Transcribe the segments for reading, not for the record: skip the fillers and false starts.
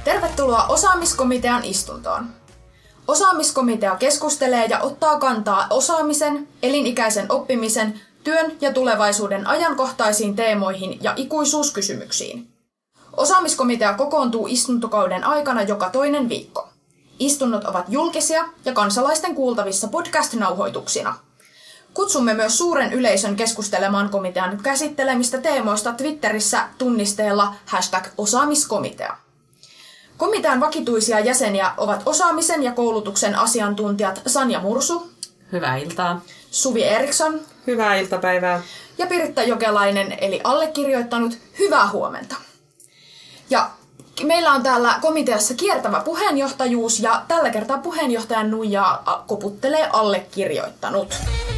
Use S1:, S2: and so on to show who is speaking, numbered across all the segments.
S1: Tervetuloa Osaamiskomitean istuntoon. Osaamiskomitea keskustelee ja ottaa kantaa osaamisen, elinikäisen oppimisen, työn ja tulevaisuuden ajankohtaisiin teemoihin ja ikuisuuskysymyksiin. Osaamiskomitea kokoontuu istuntokauden aikana joka toinen viikko. Istunnot ovat julkisia ja kansalaisten kuultavissa podcast-nauhoituksina. Kutsumme myös suuren yleisön keskustelemaan komitean käsittelemistä teemoista Twitterissä tunnisteella #osaamiskomitea. Komitean vakituisia jäseniä ovat osaamisen ja koulutuksen asiantuntijat Sanja Mursu.
S2: Hyvää iltaa.
S1: Suvi Eriksson.
S3: Hyvää iltapäivää.
S1: Ja Piritta Jokelainen eli allekirjoittanut. Hyvää huomenta. Ja meillä on täällä komiteassa kiertävä puheenjohtajuus ja tällä kertaa puheenjohtajan nuijaa koputtelee allekirjoittanut.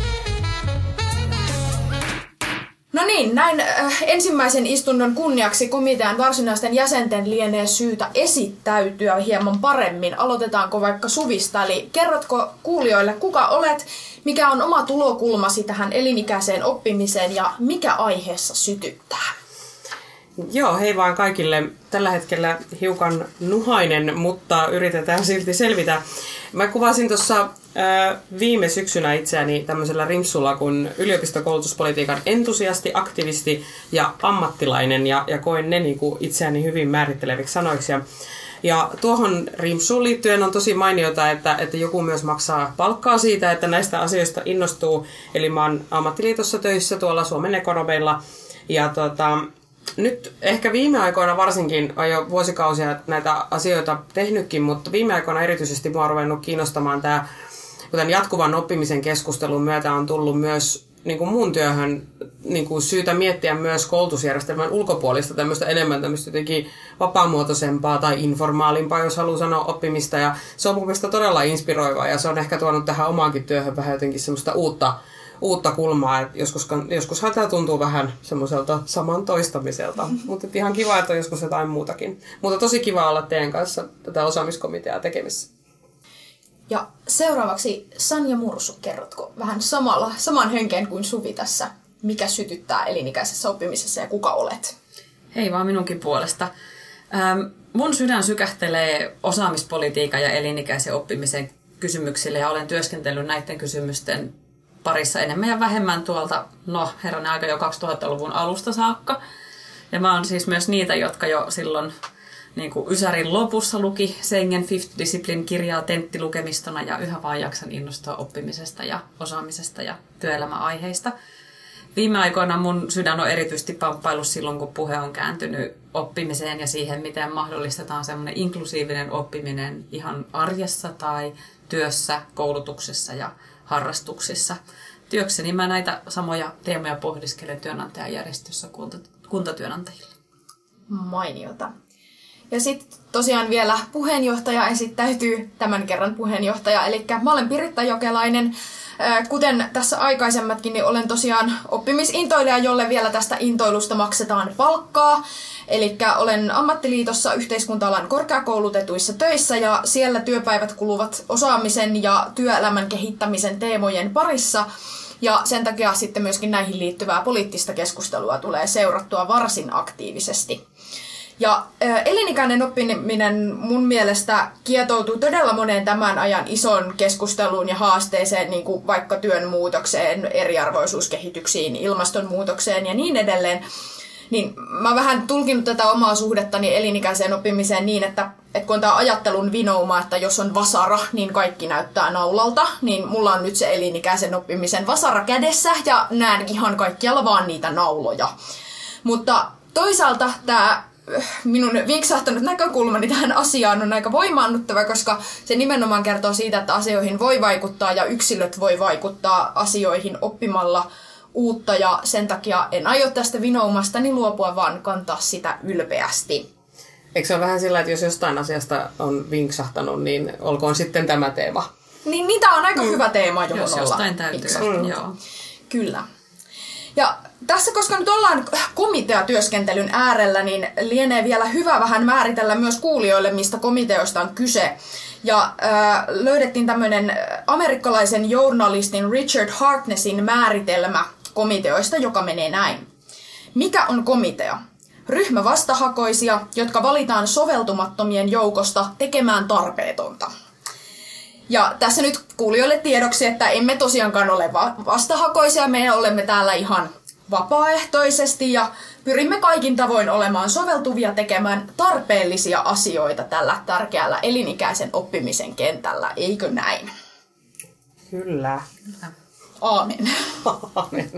S1: No niin, näin ensimmäisen istunnon kunniaksi komitean varsinaisten jäsenten lienee syytä esittäytyä hieman paremmin. Aloitetaanko vaikka Suvista, eli kerrotko kuulijoille kuka olet, mikä on oma tulokulmasi tähän elinikäiseen oppimiseen ja mikä aiheessa sytyttää?
S3: Joo, hei vaan kaikille. Tällä hetkellä hiukan nuhainen, mutta yritetään silti selvitä. Mä kuvasin tuossa viime syksynä itseäni tämmöisellä rimpsulla kuin yliopistokoulutuspolitiikan entusiasti, aktivisti ja ammattilainen. Ja koen ne niin kuin itseäni hyvin määritteleviksi sanoiksi. Ja tuohon rimpsuun liittyen on tosi mainiota, että joku myös maksaa palkkaa siitä, että näistä asioista innostuu. Eli mä oon ammattiliitossa töissä tuolla Suomen ekonomeilla. Ja nyt ehkä viime aikoina varsinkin, on jo vuosikausia näitä asioita tehnytkin, mutta viime aikoina erityisesti mua on ruvennut kiinnostamaan tämä, kuten jatkuvan oppimisen keskustelun myötä on tullut myös niin kuin mun työhön niin kuin syytä miettiä myös koulutusjärjestelmän ulkopuolista tämmöistä enemmän tämmöistä jotenkin vapaamuotoisempaa tai informaalimpaa, jos haluaa sanoa oppimista. Ja se on mun mielestä todella inspiroivaa ja se on ehkä tuonut tähän omaankin työhön vähän jotenkin semmoista uutta kulmaa. Joskushan tämä tuntuu vähän semmoiselta saman toistamiselta, mutta ihan kiva, että on joskus jotain muutakin. Mutta tosi kiva olla teidän kanssa tätä osaamiskomiteaa tekemissä.
S1: Ja seuraavaksi Sanja Mursu, kerrotko vähän saman henkeen kuin Suvi tässä, mikä sytyttää elinikäisessä oppimisessa ja kuka olet?
S2: Hei vaan minunkin puolesta. Mun sydän sykähtelee osaamispolitiikan ja elinikäisen oppimisen kysymyksille ja olen työskentellyt näiden kysymysten parissa enemmän ja vähemmän tuolta, herranen aika jo 2000-luvun alusta saakka. Ja mä oon siis myös niitä, jotka jo silloin niin kuin ysärin lopussa luki Sengen Fifth Discipline-kirjaa tenttilukemistona ja yhä vaan jaksan innostua oppimisesta ja osaamisesta ja työelämäaiheista. Viime aikoina mun sydän on erityisesti pamppailu silloin, kun puhe on kääntynyt oppimiseen ja siihen, miten mahdollistetaan semmoinen inklusiivinen oppiminen ihan arjessa tai työssä, koulutuksessa ja harrastuksissa. Työkseni mä näitä samoja teemoja pohdiskelen työnantajajärjestössä kuntatyönantajille.
S1: Mainiota. Ja sitten tosiaan vielä puheenjohtaja esittäytyy, tämän kerran puheenjohtaja, eli mä olen Piritta Jokelainen. Kuten tässä aikaisemmatkin, niin olen tosiaan oppimisintoilija, jolle vielä tästä intoilusta maksetaan palkkaa. Eli olen ammattiliitossa yhteiskunta-alan korkeakoulutetuissa töissä ja siellä työpäivät kuluvat osaamisen ja työelämän kehittämisen teemojen parissa. Ja sen takia sitten myöskin näihin liittyvää poliittista keskustelua tulee seurattua varsin aktiivisesti. Ja elinikäinen oppiminen mun mielestä kietoutuu todella moneen tämän ajan ison keskusteluun ja haasteeseen, niin kuin vaikka työn muutokseen, eriarvoisuuskehityksiin, ilmastonmuutokseen ja niin edelleen. Niin mä oon vähän tulkinut tätä omaa suhdettani elinikäiseen oppimiseen niin, että kun on tämä ajattelun vinouma, että jos on vasara, niin kaikki näyttää naulalta, niin mulla on nyt se elinikäisen oppimisen vasara kädessä ja näen ihan kaikkialla vaan niitä nauloja. Mutta toisaalta tämä minun vinksahtanut näkökulmani tähän asiaan on aika voimaannuttava, koska se nimenomaan kertoo siitä, että asioihin voi vaikuttaa ja yksilöt voi vaikuttaa asioihin oppimalla uutta ja sen takia en aio tästä vinoumastani luopua, vaan kantaa sitä ylpeästi.
S3: Eikö se ole vähän sillä, että jos jostain asiasta on vinksahtanut, niin olkoon sitten tämä teema?
S1: Niin tämä on aika hyvä teema, johon
S2: jos jostain täytyy. Joo.
S1: Kyllä. Ja tässä, koska nyt ollaan komiteatyöskentelyn äärellä, niin lienee vielä hyvä vähän määritellä myös kuulijoille, mistä komiteoista on kyse. Ja löydettiin tämmöinen amerikkalaisen journalistin Richard Harknessin määritelmä komiteoista, joka menee näin. Mikä on komitea? ryhmävastahakoisia, jotka valitaan soveltumattomien joukosta tekemään tarpeetonta. Ja tässä nyt kuulijoille tiedoksi, että emme tosiaankaan ole vastahakoisia, me olemme täällä ihan vapaaehtoisesti ja pyrimme kaikin tavoin olemaan soveltuvia tekemään tarpeellisia asioita tällä tärkeällä elinikäisen oppimisen kentällä, eikö näin?
S3: Kyllä.
S1: Aamen.
S3: Aamen.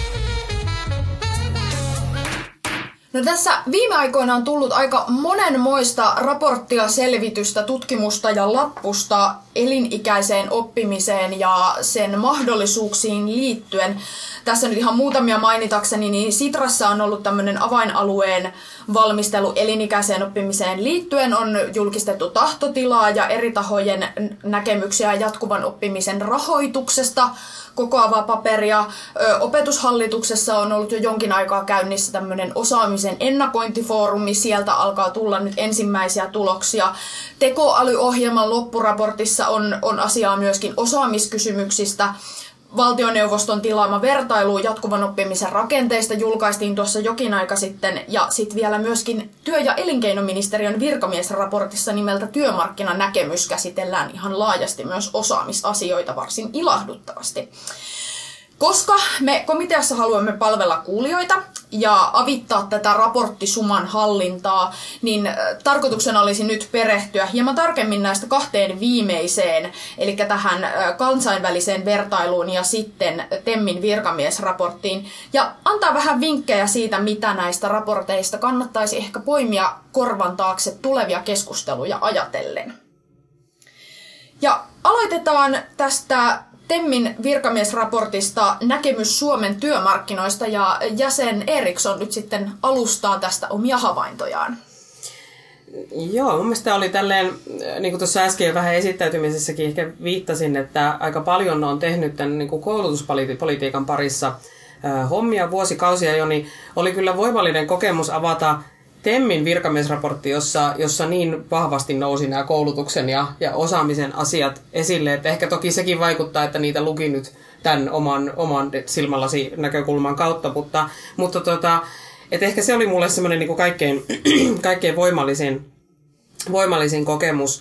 S1: No tässä viime aikoina on tullut aika monenmoista raporttia, selvitystä, tutkimusta ja lappusta elinikäiseen oppimiseen ja sen mahdollisuuksiin liittyen. Tässä nyt ihan muutamia mainitakseni, niin Sitrassa on ollut tämmöinen avainalueen valmistelu elinikäiseen oppimiseen liittyen. On julkistettu tahtotilaa ja eri tahojen näkemyksiä jatkuvan oppimisen rahoituksesta, kokoavaa paperia. Opetushallituksessa on ollut jo jonkin aikaa käynnissä tämmöinen osaamisen ennakointifoorumi. Sieltä alkaa tulla nyt ensimmäisiä tuloksia. Tekoälyohjelman loppuraportissa on asiaa myöskin osaamiskysymyksistä. Valtioneuvoston tilaama vertailu jatkuvan oppimisen rakenteista julkaistiin tuossa jokin aika sitten, ja sitten vielä myöskin työ- ja elinkeinoministeriön virkamiesraportissa nimeltä Työmarkkinanäkemys käsitellään ihan laajasti myös osaamisasioita varsin ilahduttavasti. Koska me komiteassa haluamme palvella kuulijoita ja avittaa tätä raporttisuman hallintaa, niin tarkoituksena olisi nyt perehtyä hieman tarkemmin näistä kahteen viimeiseen, eli tähän kansainväliseen vertailuun ja sitten TEMin virkamiesraporttiin, ja antaa vähän vinkkejä siitä, mitä näistä raporteista kannattaisi ehkä poimia korvan taakse tulevia keskusteluja ajatellen. Ja aloitetaan tästä TEMin virkamiesraportista näkemys Suomen työmarkkinoista, ja jäsen Eriksson nyt sitten alustaa tästä omia havaintojaan.
S3: Joo, mun mielestä oli tälleen, niin kuin tuossa äsken vähän esittäytymisessäkin ehkä viittasin, että aika paljon on tehnyt tämän niin kuin koulutuspolitiikan parissa hommia vuosikausia jo, niin oli kyllä voimallinen kokemus avata TEMin virkamiesraportti, jossa niin vahvasti nousi nämä koulutuksen ja osaamisen asiat esille, että ehkä toki sekin vaikuttaa, että niitä luki nyt tämän oman silmällasi näkökulman kautta, mutta että ehkä se oli mulle semmoinen niin kuin kaikkein voimallisin kokemus.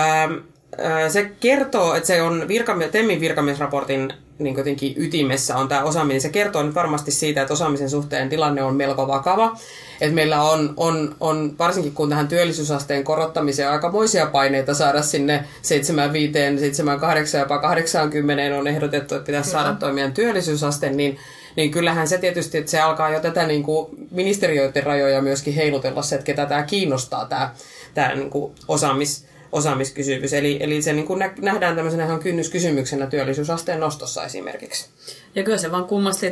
S3: Se kertoo, että se on TEMin virkamiesraportin niin jotenkin ytimessä on tämä osaaminen. Se kertoo nyt varmasti siitä, että osaamisen suhteen tilanne on melko vakava. Että meillä on varsinkin kun tähän työllisyysasteen korottamiseen aikamoisia paineita saada sinne 75, 78, jopa 80 on ehdotettu, että pitäisi saada toimia työllisyysaste, niin kyllähän se tietysti, että se alkaa jo tätä niin kuin ministeriöiden rajoja myöskin heilutella se, että ketä tämä kiinnostaa, tämä niin kuin osaamiskysymys. Eli se niin kuin nähdään tämmöisenä ihan kynnyskysymyksenä työllisyysasteen nostossa esimerkiksi.
S2: Ja kyllä se vaan kummasti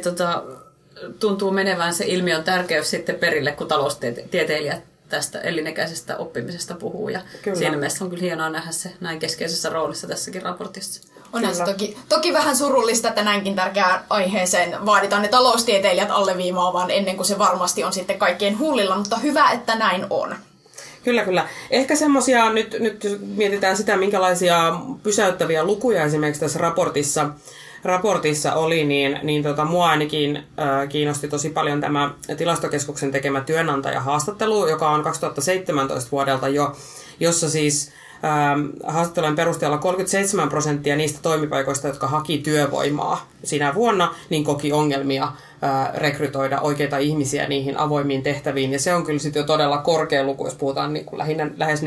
S2: tuntuu menevän se ilmiön tärkeys sitten perille, kun taloustieteilijät tästä elinikäisestä oppimisesta puhuu. Ja siinä mielessä on kyllä hienoa nähdä se näin keskeisessä roolissa tässäkin raportissa.
S1: Onhan se toki vähän surullista, että näinkin tärkeään aiheeseen vaaditaan ne taloustieteilijät alleviivaamaan ennen kuin se varmasti on sitten kaikkien huulilla, mutta hyvä, että näin on.
S3: Kyllä. Ehkä semmoisia, nyt mietitään sitä, minkälaisia pysäyttäviä lukuja esimerkiksi tässä raportissa oli, niin mua ainakin kiinnosti tosi paljon tämä Tilastokeskuksen tekemä työnantajahaastattelu, joka on 2017 vuodelta jo, jossa siis haastattelujen perusteella 37% niistä toimipaikoista, jotka haki työvoimaa sinä vuonna, niin koki ongelmia rekrytoida oikeita ihmisiä niihin avoimiin tehtäviin. Ja se on kyllä sitten jo todella korkea luku, jos puhutaan niin kuin lähes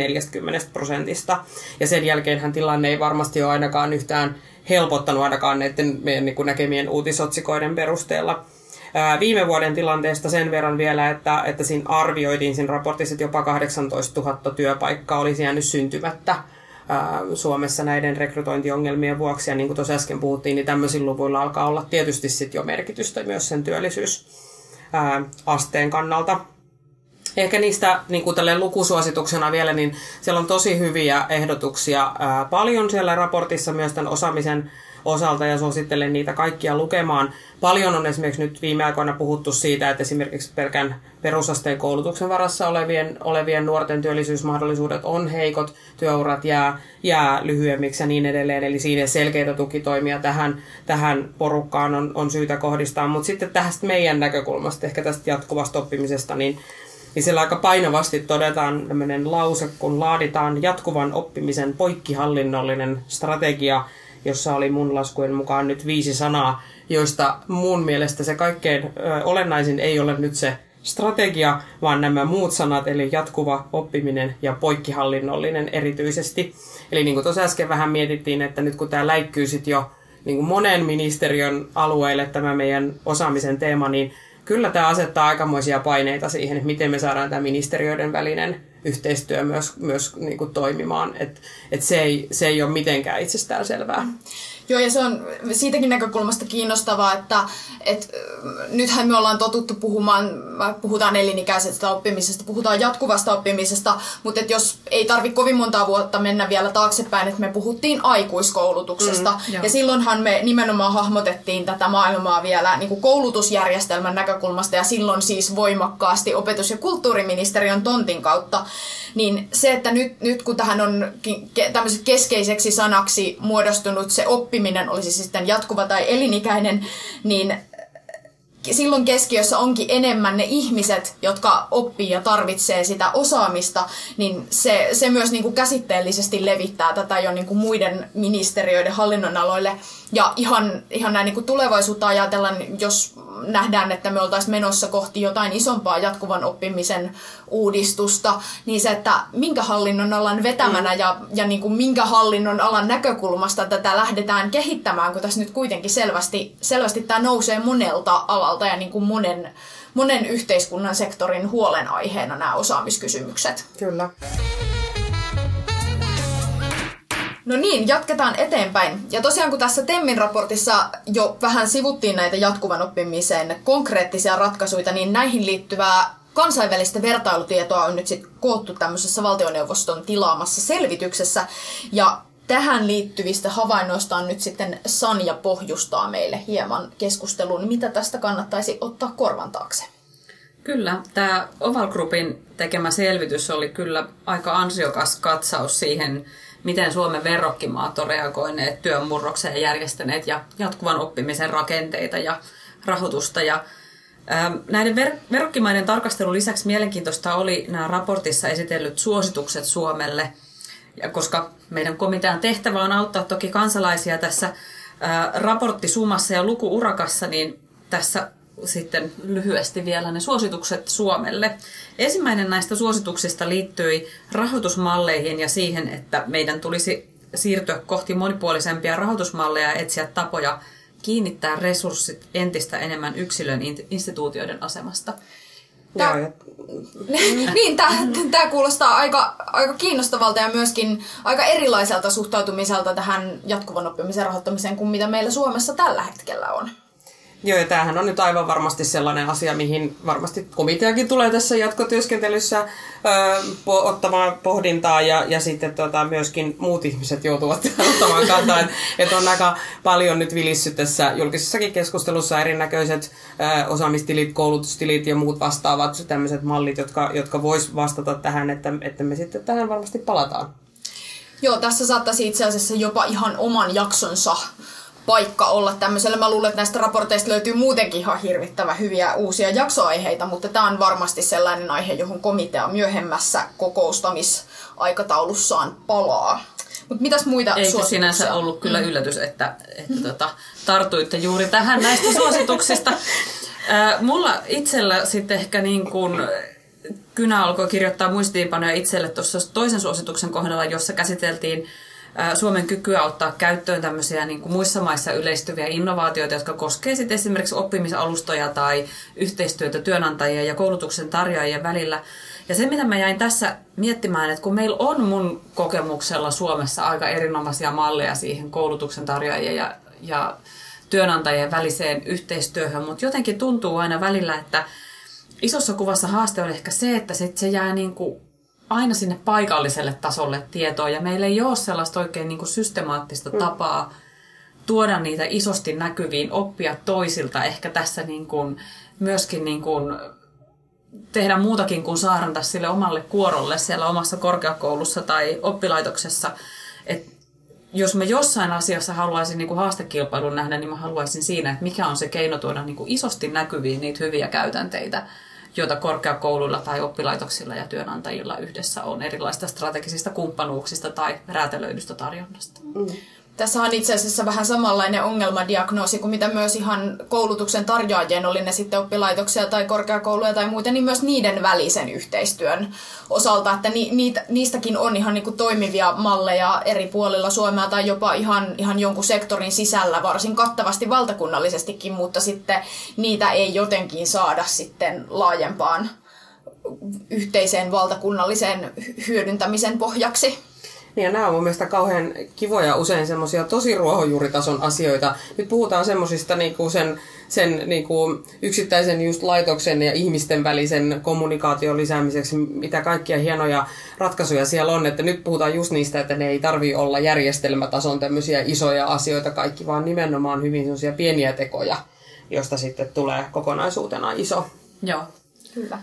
S3: 40%. Ja sen jälkeenhän tilanne ei varmasti ole ainakaan yhtään helpottanut ainakaan näiden meidän niin kuin näkemien uutisotsikoiden perusteella. Viime vuoden tilanteesta sen verran vielä, että siinä arvioitiin siinä raportissa, että jopa 18 000 työpaikkaa olisi jäänyt syntymättä Suomessa näiden rekrytointiongelmien vuoksi. Ja niin kuin tuossa äsken puhuttiin, niin tämmöisillä luvuilla alkaa olla tietysti sit jo merkitystä myös sen työllisyysasteen kannalta. Ehkä niistä niin kuin tälleen lukusuosituksena vielä, niin siellä on tosi hyviä ehdotuksia paljon siellä raportissa myös tämän osaamisen osalta ja suosittelen niitä kaikkia lukemaan. Paljon on esimerkiksi nyt viime aikoina puhuttu siitä, että esimerkiksi pelkän perusasteen koulutuksen varassa olevien nuorten työllisyysmahdollisuudet on heikot, työurat jää lyhyemmiksi ja niin edelleen. Eli siinä selkeitä tukitoimia tähän porukkaan on syytä kohdistaa. Mutta sitten tästä meidän näkökulmasta, ehkä tästä jatkuvasta oppimisesta, niin niin siellä aika painavasti todetaan tämmöinen lause, kun laaditaan jatkuvan oppimisen poikkihallinnollinen strategia, jossa oli mun laskujen mukaan nyt 5 sanaa, joista mun mielestä se kaikkein olennaisin ei ole nyt se strategia, vaan nämä muut sanat, eli jatkuva oppiminen ja poikkihallinnollinen erityisesti. Eli niin kuin tuossa äsken vähän mietittiin, että nyt kun tämä läikkyy sitten jo niin kuin monen ministeriön alueelle tämä meidän osaamisen teema, niin kyllä tämä asettaa aikamoisia paineita siihen, että miten me saadaan tämä ministeriöiden välinen yhteistyö myös niin kuin toimimaan. Et se ei ole mitenkään itsestään selvää.
S1: Joo, ja se on siitäkin näkökulmasta kiinnostavaa, että nythän me ollaan totuttu puhutaan elinikäisestä oppimisesta, puhutaan jatkuvasta oppimisesta, mutta jos ei tarvitse kovin montaa vuotta mennä vielä taaksepäin, että me puhuttiin aikuiskoulutuksesta, ja silloinhan me nimenomaan hahmotettiin tätä maailmaa vielä niin kuin koulutusjärjestelmän näkökulmasta, ja silloin siis voimakkaasti opetus- ja kulttuuriministeriön tontin kautta, niin se, että nyt kun tähän on tämmöiseksi keskeiseksi sanaksi muodostunut se oppiminen, olisi se sitten jatkuva tai elinikäinen, niin silloin keskiössä onkin enemmän ne ihmiset, jotka oppii ja tarvitsee sitä osaamista, niin se myös niin kuin käsitteellisesti levittää tätä jo niin kuin muiden ministeriöiden hallinnonaloille. Ja ihan näin niin kuin tulevaisuutta ajatellen, jos nähdään, että me oltaisiin menossa kohti jotain isompaa jatkuvan oppimisen uudistusta, niin se, että minkä hallinnon alan vetämänä ja niin kuin minkä hallinnon alan näkökulmasta tätä lähdetään kehittämään, kun tässä nyt kuitenkin selvästi tämä nousee monelta alalta ja niin kuin monen yhteiskunnan sektorin huolenaiheena nämä osaamiskysymykset.
S3: Kyllä.
S1: No niin, jatketaan eteenpäin. Ja tosiaan kun tässä TEMin raportissa jo vähän sivuttiin näitä jatkuvan oppimisen konkreettisia ratkaisuja, niin näihin liittyvää kansainvälistä vertailutietoa on nyt sitten koottu tämmöisessä valtioneuvoston tilaamassa selvityksessä. Ja tähän liittyvistä havainnoista on nyt sitten Sanja pohjustaa meille hieman keskusteluun, mitä tästä kannattaisi ottaa korvan taakse.
S2: Kyllä, tämä Oval Groupin tekemä selvitys oli kyllä aika ansiokas katsaus siihen, miten Suomen verrokkimaat on reagoineet työn murrokseen ja järjestäneet ja jatkuvan oppimisen rakenteita ja rahoitusta. Ja, näiden verrokkimaiden tarkastelun lisäksi mielenkiintoista oli nämä raportissa esitellyt suositukset Suomelle, ja koska meidän komitean tehtävä on auttaa toki kansalaisia tässä raporttisumassa ja lukuurakassa, niin tässä sitten lyhyesti vielä ne suositukset Suomelle. Ensimmäinen näistä suosituksista liittyi rahoitusmalleihin ja siihen, että meidän tulisi siirtyä kohti monipuolisempia rahoitusmalleja ja etsiä tapoja kiinnittää resurssit entistä enemmän yksilön instituutioiden asemasta.
S1: Niin, tämä kuulostaa aika kiinnostavalta ja myöskin aika erilaiselta suhtautumiselta tähän jatkuvan oppimisen rahoittamiseen kuin mitä meillä Suomessa tällä hetkellä on.
S3: Joo, ja tämähän on nyt aivan varmasti sellainen asia, mihin varmasti komiteakin tulee tässä jatkotyöskentelyssä ottamaan pohdintaa, ja sitten myöskin muut ihmiset joutuvat ottamaan kantaa. Että on aika paljon nyt vilissyt tässä julkisessakin keskustelussa erinäköiset osaamistilit, koulutustilit ja muut vastaavat tämmöiset mallit, jotka vois vastata tähän, että me sitten tähän varmasti palataan.
S1: Joo, tässä saattaisi itse asiassa jopa ihan oman jaksonsa paikka olla tämmöisellä. Mä luulen, että näistä raporteista löytyy muutenkin ihan hirvittävän hyviä uusia jaksoaiheita, mutta tämä on varmasti sellainen aihe, johon komitea myöhemmässä kokoustamisaikataulussaan palaa. Mutta mitäs muita
S2: suosituksia?
S1: Eikö
S2: sinänsä ollut kyllä yllätys, että tartuitte juuri tähän näistä suosituksista. Mulla itsellä sitten ehkä niin kuin kynä alkoi kirjoittaa muistiinpanoja itselle tuossa toisen suosituksen kohdalla, jossa käsiteltiin Suomen kykyä ottaa käyttöön tämmöisiä niin kuin muissa maissa yleistyviä innovaatioita, jotka koskevat sitten esimerkiksi oppimisalustoja tai yhteistyötä työnantajien ja koulutuksen tarjoajien välillä. Ja se, mitä mä jäin tässä miettimään, että kun meillä on mun kokemuksella Suomessa aika erinomaisia malleja siihen koulutuksen tarjoajien ja työnantajien väliseen yhteistyöhön, mutta jotenkin tuntuu aina välillä, että isossa kuvassa haaste on ehkä se, että se jää niin kuin aina sinne paikalliselle tasolle tietoa, ja meillä ei ole sellaista oikein niin kuin systemaattista tapaa tuoda niitä isosti näkyviin, oppia toisilta, ehkä tässä niin kuin myöskin niin kuin tehdä muutakin kuin saarnata sille omalle kuorolle siellä omassa korkeakoulussa tai oppilaitoksessa. Et jos mä jossain asiassa haluaisin niin kuin haastekilpailun nähdä, niin mä haluaisin siinä, että mikä on se keino tuoda niin kuin isosti näkyviin niitä hyviä käytänteitä joita korkeakouluilla tai oppilaitoksilla ja työnantajilla yhdessä on erilaisista strategisista kumppanuuksista tai räätälöidystä tarjonnasta.
S1: Tässä on itse asiassa vähän samanlainen ongelmadiagnoosi kuin mitä myös ihan koulutuksen tarjoajien, oli ne sitten oppilaitoksia tai korkeakouluja tai muuten, niin myös niiden välisen yhteistyön osalta, että niistäkin on ihan niin kuin toimivia malleja eri puolilla Suomea tai jopa ihan jonkun sektorin sisällä varsin kattavasti valtakunnallisestikin, mutta sitten niitä ei jotenkin saada sitten laajempaan yhteiseen valtakunnalliseen hyödyntämisen pohjaksi.
S3: Niin ja nämä on mun mielestä kauhean kivoja usein semmoisia tosi ruohonjuuritason asioita. Nyt puhutaan semmoisista niinku sen niinku yksittäisen just laitoksen ja ihmisten välisen kommunikaation lisäämiseksi, mitä kaikkia hienoja ratkaisuja siellä on. Että nyt puhutaan just niistä, että ne ei tarvitse olla järjestelmätason tämmöisiä isoja asioita kaikki, vaan nimenomaan hyvin semmoisia pieniä tekoja, josta sitten tulee kokonaisuutena iso.
S2: Joo.
S1: Kyllä.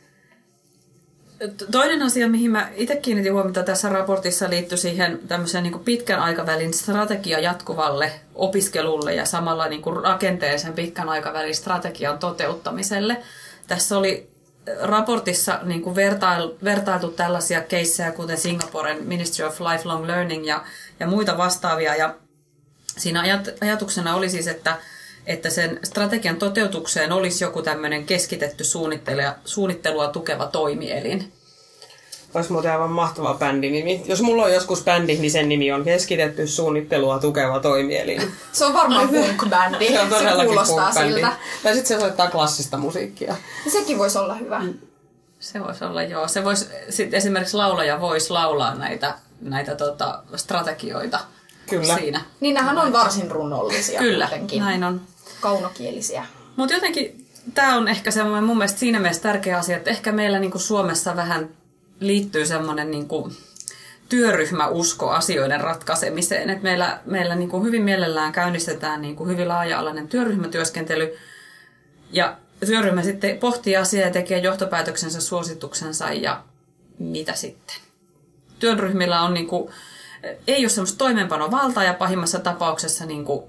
S2: Toinen asia, mihin mä itse kiinnitin huomiota tässä raportissa, liittyy siihen tämmöiseen niin kuin pitkän aikavälin strategia jatkuvalle opiskelulle ja samalla niin kuin rakenteellisen pitkän aikavälin strategian toteuttamiselle. Tässä oli raportissa niin kuin vertailtu tällaisia keissejä, kuten Singaporen Ministry of Lifelong Learning ja muita vastaavia. Ja siinä ajatuksena oli siis, että sen strategian toteutukseen olisi joku tämmöinen keskitetty suunnittelua tukeva toimielin.
S3: Olisi muuten aivan mahtava bändinimi. Jos mulla on joskus bändi, niin sen nimi on keskitetty suunnittelua tukeva toimielin.
S1: Se on varmaan punk-bändi.
S3: Se on todellakin
S1: kuulostaa siltä.
S3: Tai sitten se soittaa klassista musiikkia.
S1: Sekin voisi olla hyvä.
S2: Se voisi olla, joo. Se voisi, sit esimerkiksi laulaja voisi laulaa näitä strategioita.
S3: Kyllä.
S2: Siinä.
S1: Niin nämähän on varsin runollisia.
S2: Kyllä,
S1: kuitenkin.
S2: näin on.
S1: Kaunokielisiä.
S2: Mutta jotenkin tämä on ehkä semmoinen mun mielestä siinä mielessä tärkeä asia, että ehkä meillä niinku Suomessa vähän liittyy semmoinen niinku työryhmäusko asioiden ratkaisemiseen. Että meillä niinku hyvin mielellään käynnistetään niinku hyvin laaja-alainen työryhmätyöskentely ja työryhmä sitten pohtii asiaa ja tekee johtopäätöksensä, suosituksensa ja mitä sitten. Työryhmillä on niinku, ei ole semmoista toimeenpanovaltaa ja pahimmassa tapauksessa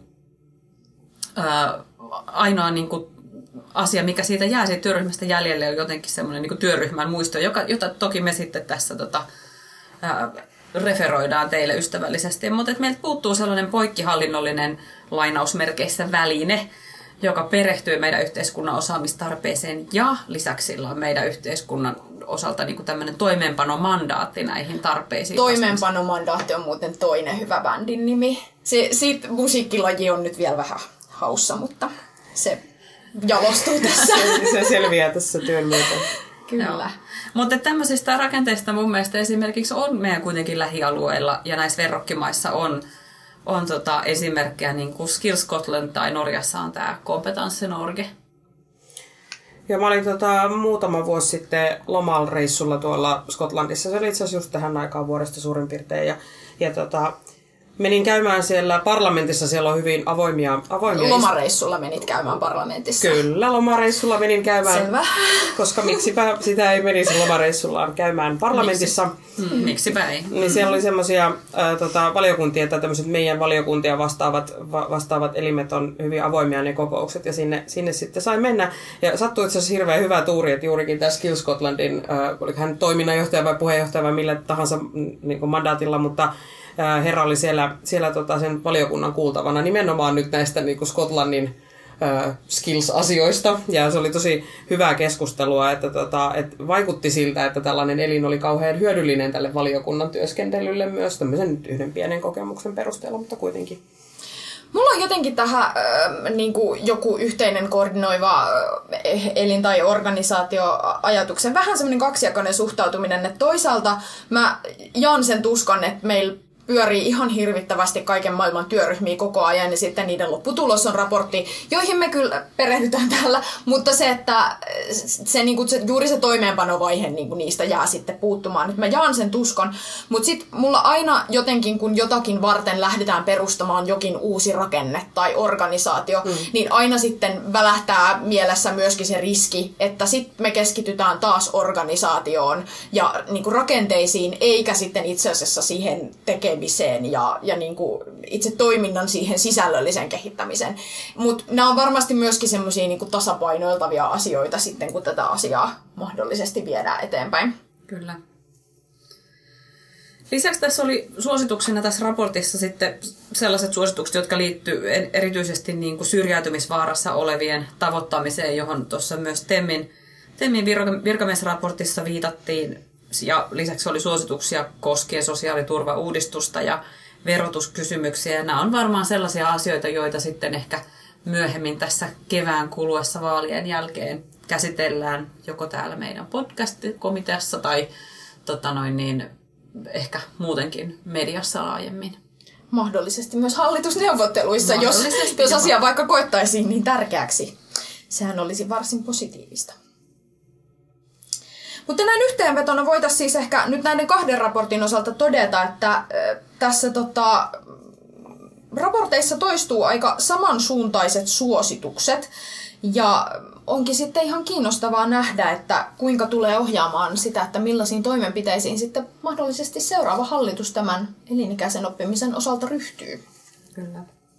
S2: ainoa asia, mikä siitä jää siitä työryhmästä jäljelle, on jotenkin semmoinen työryhmän muisto, jota toki me sitten tässä referoidaan teille ystävällisesti. Mutta meiltä puuttuu sellainen poikkihallinnollinen lainausmerkeissä väline, joka perehtyy meidän yhteiskunnan osaamistarpeeseen ja lisäksi sillä on meidän yhteiskunnan osalta tämmöinen toimeenpanomandaatti näihin tarpeisiin.
S1: Toimeenpanomandaatti on muuten toinen hyvä bändin nimi. Siitä musiikkilaji on nyt vielä vähän haussa, mutta se jalostuu tässä.
S3: Se selviää tässä työn myötä.
S1: Kyllä.
S2: Mutta tämmöisistä rakenteista mun mielestä esimerkiksi on meidän kuitenkin lähialueilla ja näissä verrokkimaissa on esimerkkejä, niin kuin Skills Scotland tai Norjassa on tämä Kompetenssi Norge.
S3: Ja mä olin muutama vuosi sitten lomalreissulla tuolla Skotlannissa. Se oli itse asiassa just tähän aikaan vuodesta suurin piirtein. Ja menin käymään siellä parlamentissa, siellä on hyvin avoimia...
S1: Lomareissulla menit käymään parlamentissa.
S3: Kyllä, lomareissulla menin käymään.
S1: Selvä.
S3: Koska miksipä sitä ei menisi lomareissullaan käymään parlamentissa.
S2: Miksipä ei.
S3: Niin siellä oli semmoisia valiokuntia, että tämmöiset meidän valiokuntia vastaavat elimet on hyvin avoimia ne kokoukset. Ja sinne sitten sai mennä. Ja sattui itse asiassa hirveän hyvä tuuri, että juurikin tämä Skills Scotlandin, oliko hän toiminnanjohtaja vai puheenjohtaja vai millä tahansa niin mandaatilla, mutta herra oli siellä sen valiokunnan kuultavana nimenomaan nyt näistä niin kuin Skotlannin skills-asioista. Ja se oli tosi hyvää keskustelua, että vaikutti siltä, että tällainen elin oli kauhean hyödyllinen tälle valiokunnan työskentelylle myös tämmöisen yhden pienen kokemuksen perusteella, mutta kuitenkin.
S1: Mulla on jotenkin tähän niin kuin joku yhteinen koordinoiva elin tai organisaatio-ajatuksen vähän semmoinen kaksijakoinen suhtautuminen, että toisaalta mä jaan sen tuskan, että meillä pyörii ihan hirvittävästi kaiken maailman työryhmiä koko ajan ja sitten niiden lopputulos on raportti, joihin me kyllä perehdytään täällä, mutta se, että juuri se toimeenpanovaihe niistä jää sitten puuttumaan. Nyt mä jaan sen tuskan, mutta sitten mulla aina jotenkin, kun jotakin varten lähdetään perustamaan jokin uusi rakenne tai organisaatio, niin aina sitten välähtää mielessä myöskin se riski, että sitten me keskitytään taas organisaatioon ja rakenteisiin, eikä sitten itse asiassa siihen tekee tekemiseen ja niin kuin itse toiminnan siihen sisällölliseen kehittämiseen. Mutta nämä on varmasti myöskin semmoisia niin kuin tasapainoiltavia asioita sitten, kun tätä asiaa mahdollisesti viedään eteenpäin.
S2: Kyllä. Lisäksi tässä oli suosituksena tässä raportissa sitten sellaiset suositukset, jotka liittyy erityisesti niin kuin syrjäytymisvaarassa olevien tavoittamiseen, johon tuossa myös TEMin virkamiesraportissa viitattiin. Ja lisäksi oli suosituksia koskien sosiaaliturvauudistusta ja verotuskysymyksiä. Ja nämä on varmaan sellaisia asioita, joita sitten ehkä myöhemmin tässä kevään kuluessa vaalien jälkeen käsitellään joko täällä meidän podcast-komiteassa tai ehkä muutenkin mediassa laajemmin.
S1: Mahdollisesti myös hallitusneuvotteluissa, jos asia vaikka koettaisiin niin tärkeäksi. Sehän olisi varsin positiivista. Mutta näin yhteenvetona voitaisiin siis ehkä nyt näiden 2 raportin osalta todeta, että tässä raporteissa toistuu aika samansuuntaiset suositukset. Ja onkin sitten ihan kiinnostavaa nähdä, että kuinka tulee ohjaamaan sitä, että millaisiin toimenpiteisiin sitten mahdollisesti seuraava hallitus tämän elinikäisen oppimisen osalta ryhtyy.
S3: Kyllä.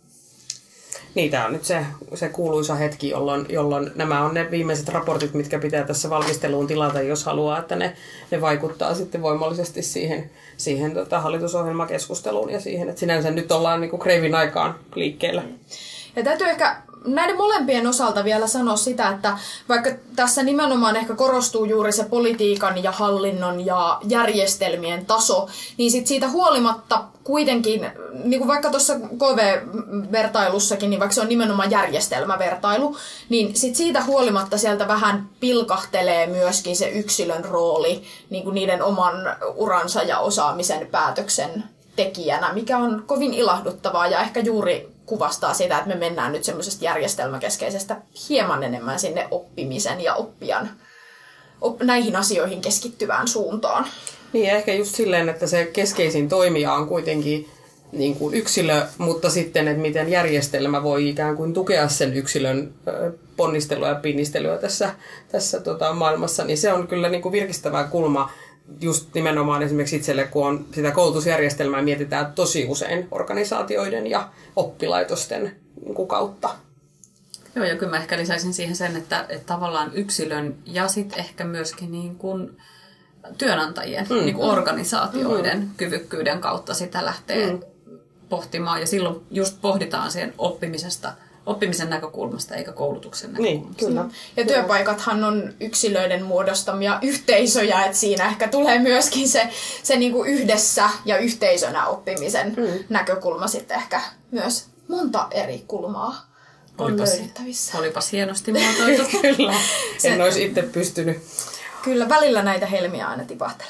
S3: Niin, tämä on nyt se kuuluisa hetki, jolloin nämä on ne viimeiset raportit, mitkä pitää tässä valmisteluun tilata, jos haluaa, että ne vaikuttaa sitten voimallisesti siihen hallitusohjelmakeskusteluun ja siihen, että sinänsä nyt ollaan niin kuin kreivin aikaan liikkeellä.
S1: Ja täytyy ehkä näiden molempien osalta vielä sanoa sitä, että vaikka tässä nimenomaan ehkä korostuu juuri se politiikan ja hallinnon ja järjestelmien taso, niin sit siitä huolimatta kuitenkin, niin kuin vaikka tuossa KV-vertailussakin, niin vaikka se on nimenomaan järjestelmävertailu, niin sit siitä huolimatta sieltä vähän pilkahtelee myöskin se yksilön rooli niin kuin niiden oman uransa ja osaamisen päätöksen tekijänä, mikä on kovin ilahduttavaa ja ehkä juuri kuvastaa sitä, että me mennään nyt semmoisesta järjestelmäkeskeisestä hieman enemmän sinne oppimisen ja oppijan näihin asioihin keskittyvään suuntaan.
S3: Niin, ehkä just silleen, että se keskeisin toimija on kuitenkin niin kuin yksilö, mutta sitten, että miten järjestelmä voi ikään kuin tukea sen yksilön ponnistelua ja pinnistelyä tässä maailmassa, niin se on kyllä niin kuin virkistävä kulma just nimenomaan esimerkiksi itselle, kun on sitä koulutusjärjestelmää mietitään tosi usein organisaatioiden ja oppilaitosten niin kuin kautta.
S2: Joo, ja kyllä mä ehkä lisäisin siihen sen, että tavallaan yksilön ja sitten ehkä myöskin niin kuin työnantajien, niin kuin organisaatioiden kyvykkyyden kautta sitä lähtee pohtimaan. Ja silloin just pohditaan siihen oppimisen näkökulmasta eikä koulutuksen näkökulmasta.
S3: Niin, kyllä.
S1: Ja työpaikathan on yksilöiden muodostamia yhteisöjä, että siinä ehkä tulee myöskin se niin kuin yhdessä ja yhteisönä oppimisen näkökulma sitten ehkä myös monta eri kulmaa on löydettävissä.
S2: Olipas hienosti muotoiltu.
S3: Kyllä, en olisi itse pystynyt.
S1: Kyllä, välillä näitä helmiä aina tipahtelee.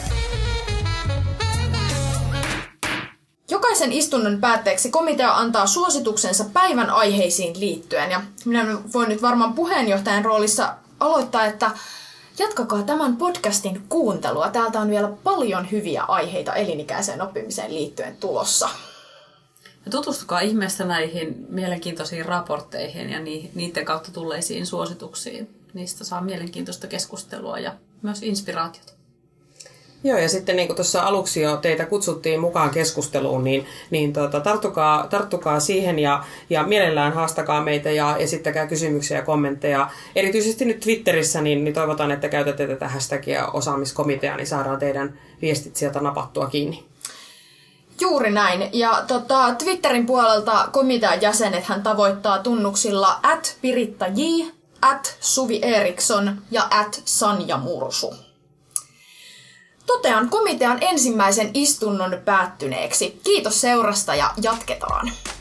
S1: Jokaisen istunnon päätteeksi komitea antaa suosituksensa päivän aiheisiin liittyen. Ja minä voin nyt varmaan puheenjohtajan roolissa aloittaa, että jatkakaa tämän podcastin kuuntelua. Täältä on vielä paljon hyviä aiheita elinikäiseen oppimiseen liittyen tulossa.
S2: Ja tutustukaa ihmeessä näihin mielenkiintoisiin raportteihin ja niiden kautta tulleisiin suosituksiin. Niistä saa mielenkiintoista keskustelua ja myös inspiraatiota.
S3: Joo, ja sitten niin kuin tuossa aluksi jo teitä kutsuttiin mukaan keskusteluun, niin tarttukaa siihen ja mielellään haastakaa meitä ja esittäkää kysymyksiä ja kommentteja. Erityisesti nyt Twitterissä, niin toivotaan, että käytätte tätä hashtagia osaamiskomitea, niin saadaan teidän viestit sieltä napattua kiinni.
S1: Juuri näin. Ja Twitterin puolelta komitean jäsenet hän tavoittaa tunnuksilla @PirittaJ, @SuviEriksson ja @SanjaMursu. Totean komitean ensimmäisen istunnon päättyneeksi. Kiitos seurasta ja jatketaan.